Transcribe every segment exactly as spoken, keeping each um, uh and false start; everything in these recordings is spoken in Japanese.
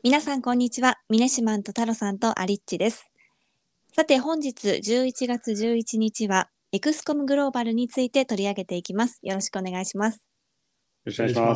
皆さんこんにちは。ミネシマンとタロさんとアリッチです。さて本日じゅういちがつじゅういちにちはエクスコムグローバルについて取り上げていきます。よろしくお願いします。 よろしくお願いします。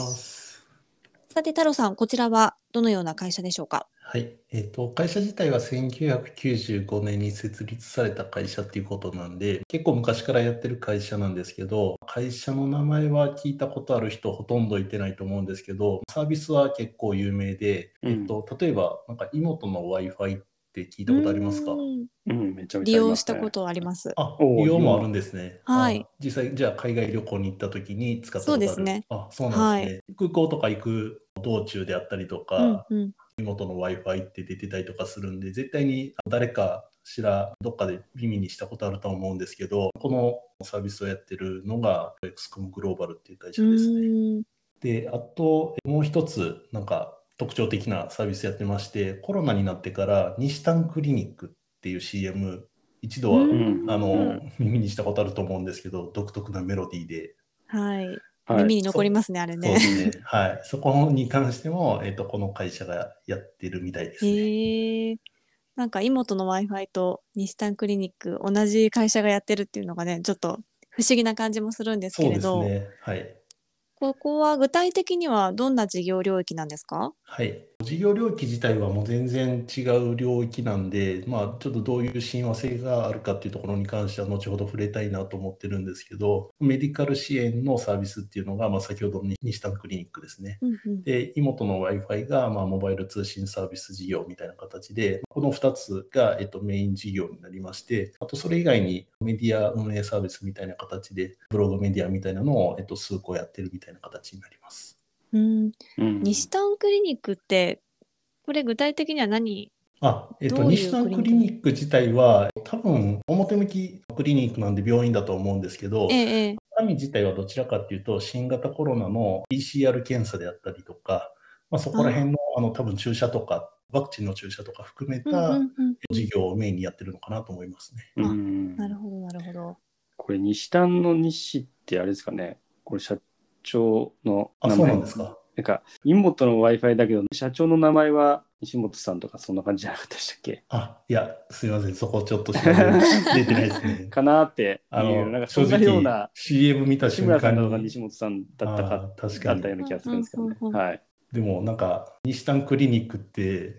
さてタロさん、こちらはどのような会社でしょうか？ はい。えっと、会社自体はせんきゅうひゃくきゅうじゅうごねんに設立された会社っていうことなんで、結構昔からやってる会社なんですけど、会社の名前は聞いたことある人ほとんどいてないと思うんですけど、サービスは結構有名で、 うんえっと、例えば、なんか妹の Wi-Fi って聞いたことありますか？ うーんうん、めちゃめ利ちゃありますね。 用したことあります。 あ、 おー利用もある利用もんですね。 はいあ、実際、じゃあ海外旅行に行った時に使ったそうことある。 ですね。 あ、そうなんですはい。 ね。空港とか行く道中であったりとうんか、 うん妹の Wi-Fi って出てたりとかするんで、絶対に誰かしらどっかで耳にしたことあると思うんですけど、このサービスをやってるのが エクスコム グローバルっていう会う社ですね。 ーんで、あともう一つなんか特徴的なサービスやってまして、コロナになってから西丹クリニックっていう シーエム、一度はうーんあんの耳にしたことあると思うんですけど、独特なメロディーで、 はいはい耳に残りますね、あれそうね。 ですね。はい。そこに関しても、えっと、この会社がやってるみたいですね。 へえ。なんか妹の Wi-Fi と西丹クリニック同じ会社がやってるっていうのがね、ちょっと不思議な感じもするんですけそうれど、 ですね。はい。 ここは具体的にはどんな事業領域なんですか？ はい。事業領域自体はもう全然違う領域なんで、まあ、ちょっとどういう親和性があるかっていうところに関しては後ほど触れたいなと思ってるんですけど、メディカル支援のサービスっていうのが、まあ、先ほどの西丹クリニックですね。 うんうん。 で、妹の Wi-Fi が、まあ、モバイル通信サービス事業みたいな形で、このふたつが、えっと、メイン事業になりまして、あとそれ以外にメディア運営サービスみたいな形で、ブログメディアみたいなのを、えっと、数個やってるみたいな形になります。 うん、 うん西丹クリニックってこれ具体的には何あ、えっと、 どういう西丹クリクリニックなの？ ニック自体は、多分、表向きクリニックなんで病院だと思うんですけど、 ええええ。 中身自体はどちらかっていうと、新型コロナの ピーシーアール 検査であったりとか、まあ、そこら辺あ、 の、あの、多分注射とか、ワクチンの注射とか含めうんうたんうんうん。 事業をメインにやってるのかなと思いますね。 うあ、なるん。 ほどなるほど。 これ西丹の西ってあれですかね。これ社長のあ、そう名前。 なんですか。 なんか妹の Wi-Fi だけど社長の名前は西本さんとかそんな感じじゃなかったでしたっけ？ あ、いや、すいません。そこちょっと調べれてないですね。 かなってあいうなんの、正かそんなよう直、 なシーエム 見た瞬西村さんか間に、 とか西本さんだったかあー確かに。 だったような気がするんですけどね。 うんうんうんうん。 はい。 でもなんか、西丹クリニックって、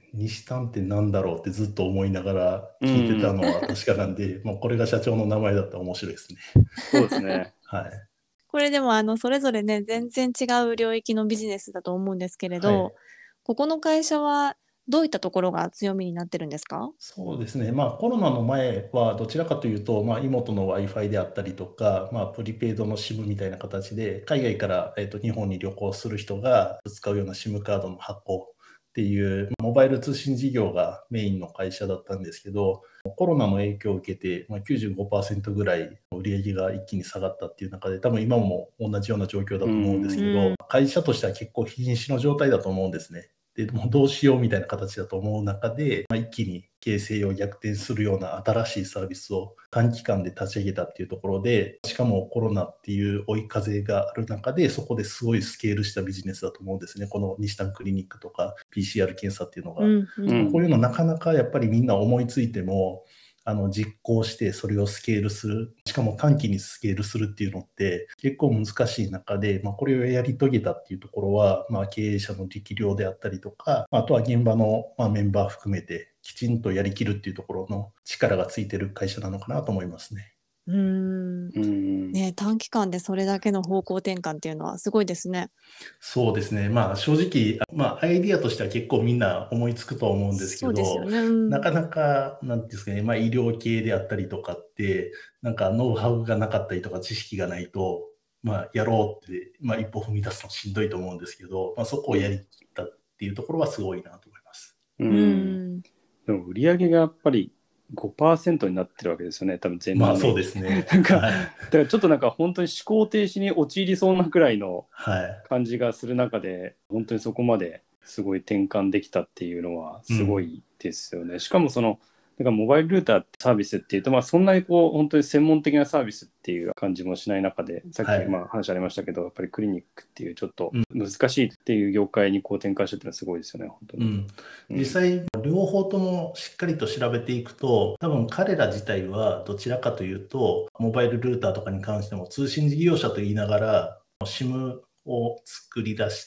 西丹ってなんだろうってずっと思いながら聞いてたのは確かなんで、まあこれが社長の名前だったら面白いですね。 そうですね。 はい。 これでもあのそれぞれね、全然違う領域のビジネスだと思うんですけれはい。 ど、ここの会社はどういったところが強みになってるんですか？ そうですね。まあコロナの前はどちらかというと、まあ妹の Wi-Fi であったりとか、まあプリペイドの SIM みたいな形で、海外から、えっと、日本に旅行する人が使うような SIM カードの発行っていうモバイル通信事業がメインの会社だったんですけど、コロナの影響を受けて、まあ、きゅうじゅうごパーセントぐらい売り上げが一気に下がったっていう中で、多分今も同じような状況だと思うんですけど、 うん会社としては結構瀕死の状態だと思うんですね。で、もうどうしようみたいな形だと思う中で、まあ、一気に形勢を逆転するような新しいサービスを短期間で立ち上げたっていうところで、しかもコロナっていう追い風がある中で、そこですごいスケールしたビジネスだと思うんですね。この西丹クリニックとか ピーシーアール 検査っていうのが。 うんうんうんこういうのなかなかやっぱりみんな思いついても、あの実行してそれをスケールする、しかも短期にスケールするっていうのって結構難しい中で、まあ、これをやり遂げたっていうところは、まあ、経営者の力量であったりとか、あとは現場のまあメンバー含めてきちんとやりきるっていうところの力がついてる会社なのかなと思いますね。 うーん。 うんね、短期間でそれだけの方向転換っていうのはすごいですね。 そうですね。まあ正直、まあアイディアとしては結構みんな思いつくと思うんですけそうですよど、 ね。うん。 なかなか、なんていうんですかね、まあ医療系であったりとかって、なんかノウハウがなかったりとか知識がないと、まあやろうって、まあ一歩踏み出すのしんどいと思うんですけど、まあそこをやりきったっていうところはすごいなと思います。 ううんん。 でも売り上げがやっぱり ごパーセント になってるわけですよね、多分前まあそう年比。 ですね。 なんか、 はい。 だからちょっとなんか本当に思考停止に陥りそうなくらいのはい。 感じがする中で、本当にそこまですごい転換できたっていうのはすごいですよね。しかもそのだからモバイルルーターってサービスっていうと、まあ、そんなにこう本当に専門的なサービスっていう感じもしない中で、さっはいきまあ話ありましたけど、やっぱりクリニックっていうちょっとうん難しいっていう業界にこう展開してっていうのはすごいですよね、本当に。 うん、 うん実際、両方ともしっかりと調べていくと、多分彼ら自体はどちらかというと、モバイルルーターとかに関しても通信事業者と言いながら、SIM を作り出して、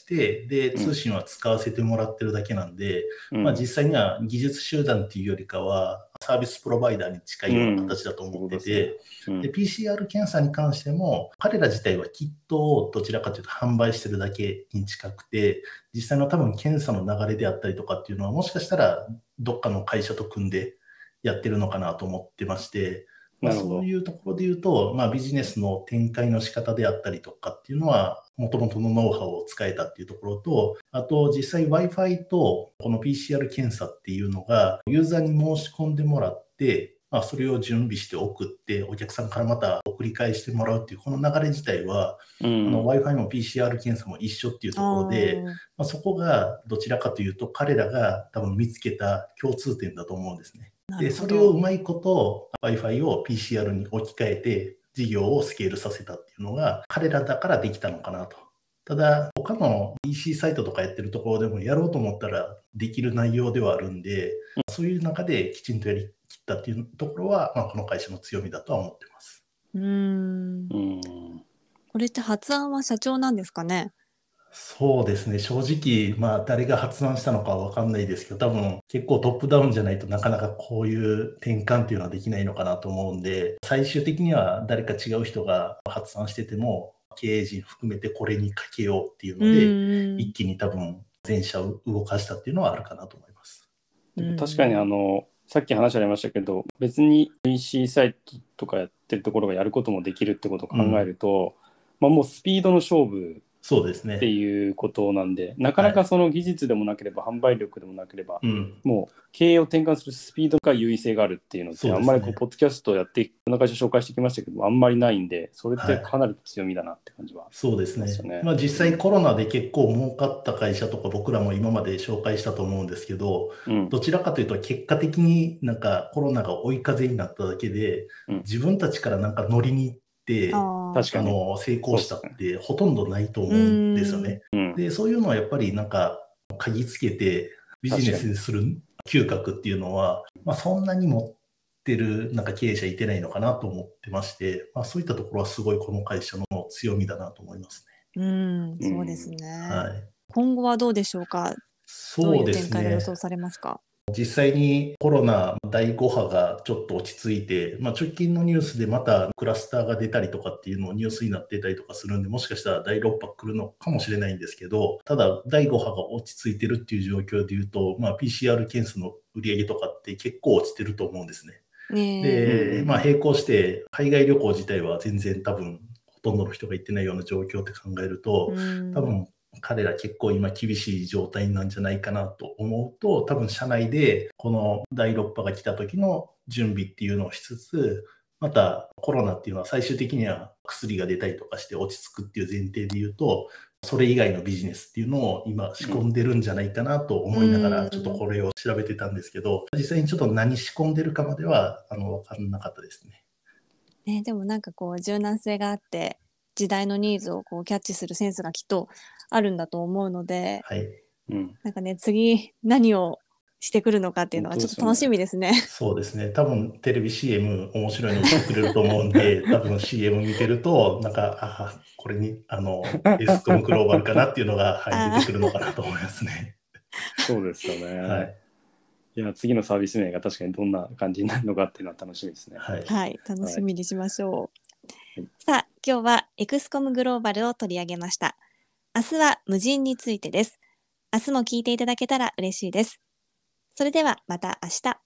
で、 うん通信は使わせてもらってるだけなんで、 うんまあ、実際には技術集団っていうよりかは、サービスプロバイダーに近いような形だと思ってて、 うんで、ピーシーアール 検査に関しても、彼ら自体はキットをどちらかというと販売してるだけに近くて、実際の多分検査の流れであったりとかっていうのは、もしかしたらどっかの会社と組んでやってるのかなと思ってまして、まあ、 なるほどそういうところで言うと、まあ、ビジネスの展開の仕方であったりとかっていうのは、もともとのノウハウを使えたっていうところと、あと実際 Wi-Fi とこの ピーシーアール 検査っていうのが、ユーザーに申し込んでもらって、まあ、それを準備して送って、お客さんからまた送り返してもらうっていう、この流れ自体は、 うあのん Wi-Fi も ピーシーアール 検査も一緒っていうところで、 あーまあ、そこがどちらかというと、彼らが多分見つけた共通点だと思うんですね。で、 なるほどそれをうまいこと Wi-Fi を ピーシーアール に置き換えて、事業をスケールさせたっていうのが、彼らだからできたのかなと。ただ、他の イーシー サイトとかやってるところでもやろうと思ったらできる内容ではあるんで、そういう中できちんとやりきったっていうところは、まあ、この会社の強みだとは思ってます。 うーんうんこれって発案は社長なんですかね。 そうですね、正直、まあ、誰が発案したのかは分かんないですけど、多分結構トップダウンじゃないとなかなかこういう転換っていうのはできないのかなと思うんで、最終的には誰か違う人が発案してても、経営陣含めてこれにかけようっていうので、 うん一気に多分全社を動かしたっていうのはあるかなと思います。 でも確かにあのさっき話ありましたけど、別に イーシー サイトとかやってるところがやることもできるってことを考えると、まあ、もうスピードの勝負そうですね。 っていうことなんで、なかなかその技術でもなければ販売力でもなければ、 うん、 もう経営を転換するスピードが優位性があるっていうのって、 そうですねあんまりこうポッドキャストやっていろんな会社紹介してきましたけども、あんまりないんで、それってかなり強みだなって感じは。 そうですねそうですよね。 まあ、実際コロナで結構儲かった会社とか僕らも今まで紹介したと思うんですけど、 うんどちらかというと結果的になんかコロナが追い風になっただけで、 うん自分たちからなんか乗りに行ってあー確かに。 あの成功したっそうてほとんどないと思うんですよね。 うんで、そういうのはやっぱりなんか嗅ぎつけてビジネスにする嗅覚っていうのは、まあ、そんなに持ってるなんか経営者いてないのかなと思ってまして、まあ、そういったところはすごいこの会社の強みだなと思いますね。 うんそうですね、 はい。 今後はどうでしょうか。どうそうですいう展開が予ね。 想されますか。 実際にコロナだいご波がちょっと落ち着いて、まあ、直近のニュースでまたクラスターが出たりとかっていうのをニュースになってたりとかするんで、もしかしたらだいろく波来るのかもしれないんですけど、ただだいご波が落ち着いてるっていう状況でいうと、まあ、ピーシーアール 検査の売り上げとかって結構落ちてると思うんですね。 ねえで、まあ、並行して海外旅行自体は全然多分ほとんどの人が行ってないような状況って考えると、 うん多分彼ら結構今厳しい状態なんじゃないかなと思うと、多分社内でこのだいろく波が来た時の準備っていうのをしつつ、またコロナっていうのは最終的には薬が出たりとかして落ち着くっていう前提で言うと、それ以外のビジネスっていうのを今仕込んでるんじゃないかなと思いながうんらちょっとこれを調べてたんですけど、実際にちょっと何仕込んでるかまではあの分からなかったですね。 ねでもなんかこう柔軟性があって時代のニーズをこうキャッチするセンスがきっとあるんだと思うので、 はい。 うんなんかね次何をしてくるのかっていうのはちょっと楽しみですね。 そうですね。多分テレビ シーエム 面白いのしてくれると思うんで、多分 シーエム 見てると、なんか、あこれに、あの、エスコムグローバルかなっていうのが、はい、出てくるのかなと思いますね。 そうですよね。 はい。 いや次のサービス名が確かにどんな感じになるのかっていうのは楽しみですね。 はい。 はい、楽しみにしましょう。 はいさあ、今日はエクスコムグローバルを取り上げました。明日は無人についてです。明日も聞いていただけたら嬉しいです。それではまた明日。